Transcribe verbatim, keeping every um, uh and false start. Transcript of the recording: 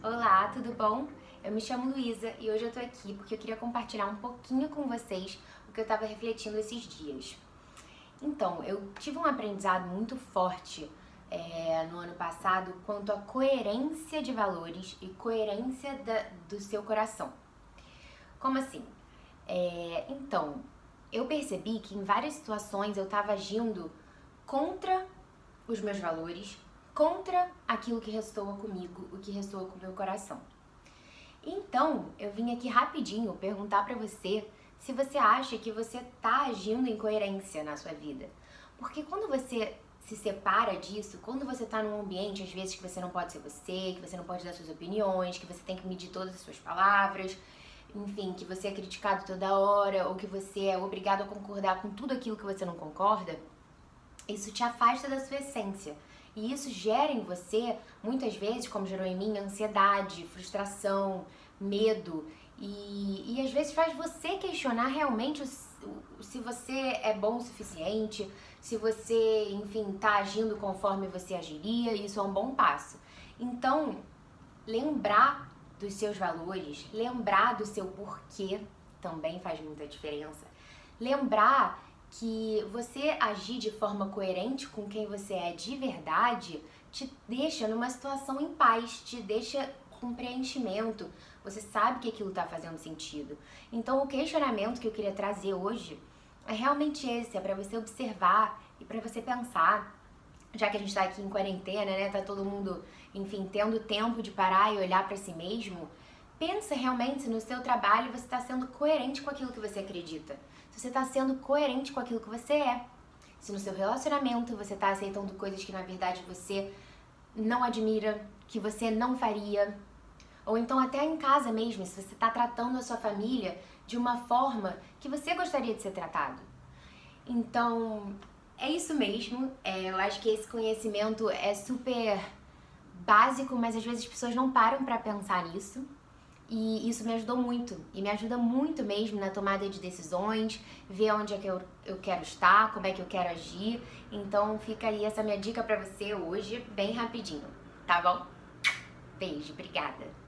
Olá, tudo bom? Eu me chamo Luísa e hoje eu tô aqui porque eu queria compartilhar um pouquinho com vocês o que eu tava refletindo esses dias. Então, eu tive um aprendizado muito forte é, no ano passado quanto à coerência de valores e coerência da- do seu coração. Como assim? É, então, eu percebi que em várias situações eu tava agindo contra os meus valores, contra aquilo que ressoa comigo, o que ressoa com o meu coração. Então, eu vim aqui rapidinho perguntar pra você se você acha que você tá agindo em coerência na sua vida. Porque quando você se separa disso, quando você tá num ambiente, às vezes, que você não pode ser você, que você não pode dar suas opiniões, que você tem que medir todas as suas palavras, enfim, que você é criticado toda hora, ou que você é obrigado a concordar com tudo aquilo que você não concorda, isso te afasta da sua essência. E isso gera em você, muitas vezes, como gerou em mim, ansiedade, frustração, medo. E, e às vezes faz você questionar realmente o, o, se você é bom o suficiente, se você, enfim, tá agindo conforme você agiria. Isso é um bom passo. Então, lembrar dos seus valores, lembrar do seu porquê também faz muita diferença. Lembrar que você agir de forma coerente com quem você é de verdade te deixa numa situação em paz, te deixa com preenchimento. Você sabe que aquilo está fazendo sentido. Então, o questionamento que eu queria trazer hoje é realmente esse, é para você observar e para você pensar, já que a gente está aqui em quarentena, né? Tá todo mundo, enfim, tendo tempo de parar e olhar para si mesmo. Pensa realmente se no seu trabalho você está sendo coerente com aquilo que você acredita. Se você está sendo coerente com aquilo que você é. Se no seu relacionamento você está aceitando coisas que na verdade você não admira, que você não faria. Ou então até em casa mesmo, se você está tratando a sua família de uma forma que você gostaria de ser tratado. Então, é isso mesmo. É, eu acho que esse conhecimento é super básico, mas às vezes as pessoas não param para pensar nisso. E isso me ajudou muito, e me ajuda muito mesmo na tomada de decisões, ver onde é que eu, eu quero estar, como é que eu quero agir. Então fica aí essa minha dica pra você hoje, bem rapidinho, tá bom? Beijo, obrigada!